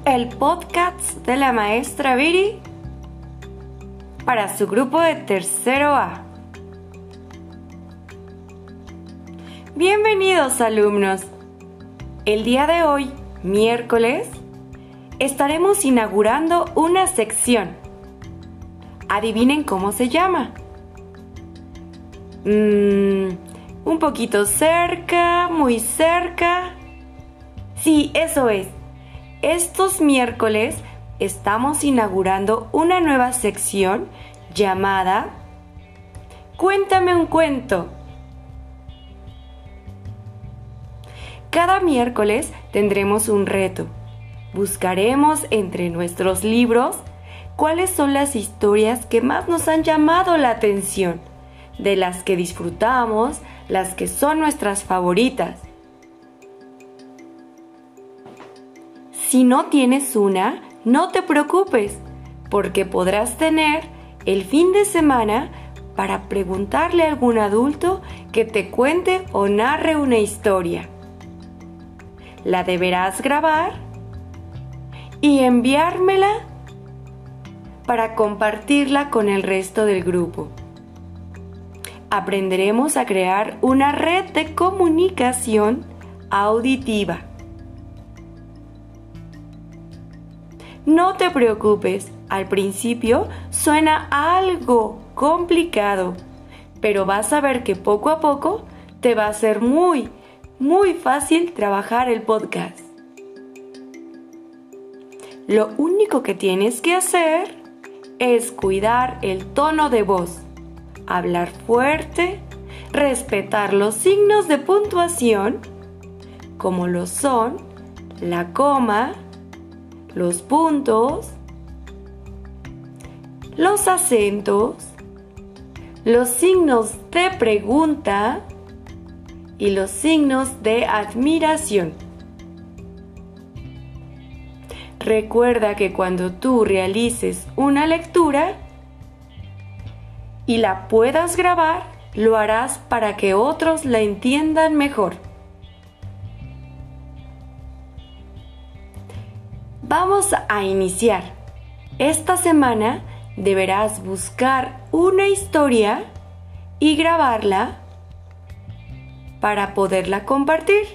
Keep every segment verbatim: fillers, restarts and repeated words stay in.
el podcast de la maestra Viri para su grupo de tercero A. Bienvenidos, alumnos. El día de hoy, miércoles, estaremos inaugurando una sección. Adivinen cómo se llama. Mm, un poquito cerca, muy cerca. Sí, eso es. Estos miércoles estamos inaugurando una nueva sección llamada Cuéntame un cuento. Cada miércoles tendremos un reto. Buscaremos entre nuestros libros cuáles son las historias que más nos han llamado la atención, de las que disfrutamos, las que son nuestras favoritas. Si no tienes una, no te preocupes, porque podrás tener el fin de semana para preguntarle a algún adulto que te cuente o narre una historia. La deberás grabar y enviármela para compartirla con el resto del grupo. Aprenderemos a crear una red de comunicación auditiva. No te preocupes, al principio suena algo complicado, pero vas a ver que poco a poco te va a ser muy, muy fácil trabajar el podcast. Lo único que tienes que hacer es cuidar el tono de voz, hablar fuerte, respetar los signos de puntuación, como lo son la coma, los puntos, los acentos, los signos de pregunta y los signos de admiración. Recuerda que cuando tú realices una lectura y la puedas grabar, lo harás para que otros la entiendan mejor. Vamos a iniciar. Esta semana deberás buscar una historia y grabarla para poderla compartir.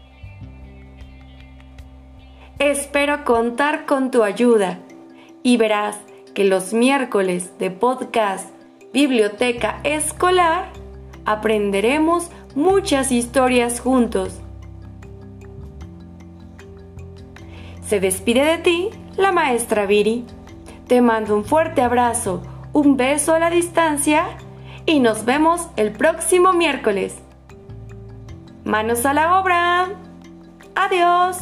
Espero contar con tu ayuda y verás que los miércoles de podcast Biblioteca Escolar aprenderemos muchas historias juntos. Se despide de ti la maestra Viri. Te mando un fuerte abrazo, un beso a la distancia y nos vemos el próximo miércoles. ¡Manos a la obra! ¡Adiós!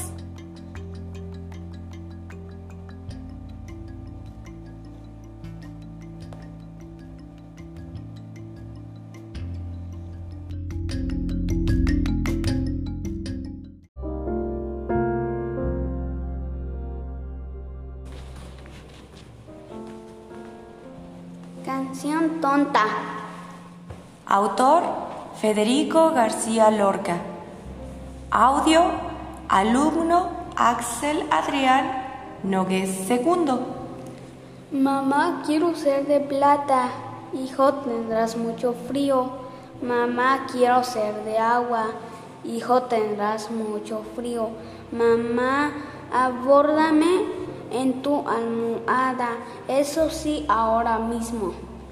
Canción tonta. Autor: Federico García Lorca. Audio: alumno Axel Adrián Nogués segundo. Mamá, quiero ser de plata. Hijo, tendrás mucho frío. Mamá, quiero ser de agua. Hijo, tendrás mucho frío. Mamá, abórdame en tu almohada, eso sí, ahora mismo.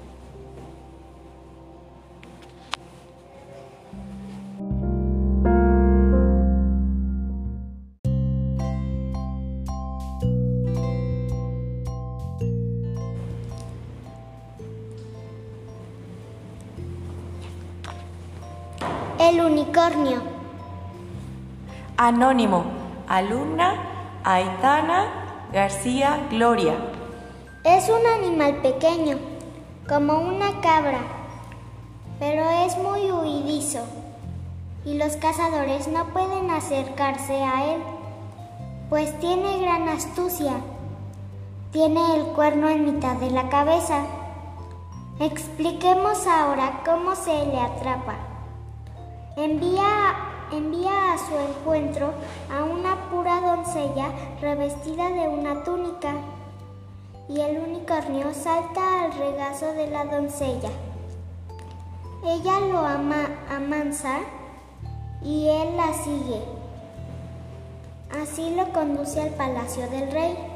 El unicornio. Anónimo: alumna Aitana García Gloria. Es un animal pequeño, como una cabra, pero es muy huidizo y los cazadores no pueden acercarse a él, pues tiene gran astucia. Tiene el cuerno en mitad de la cabeza. Expliquemos ahora cómo se le atrapa. Envía, envía a su encuentro a una pura doncella revestida de una túnica, y el unicornio salta al regazo de la doncella. Ella lo ama, amansa y él la sigue. Así lo conduce al palacio del rey.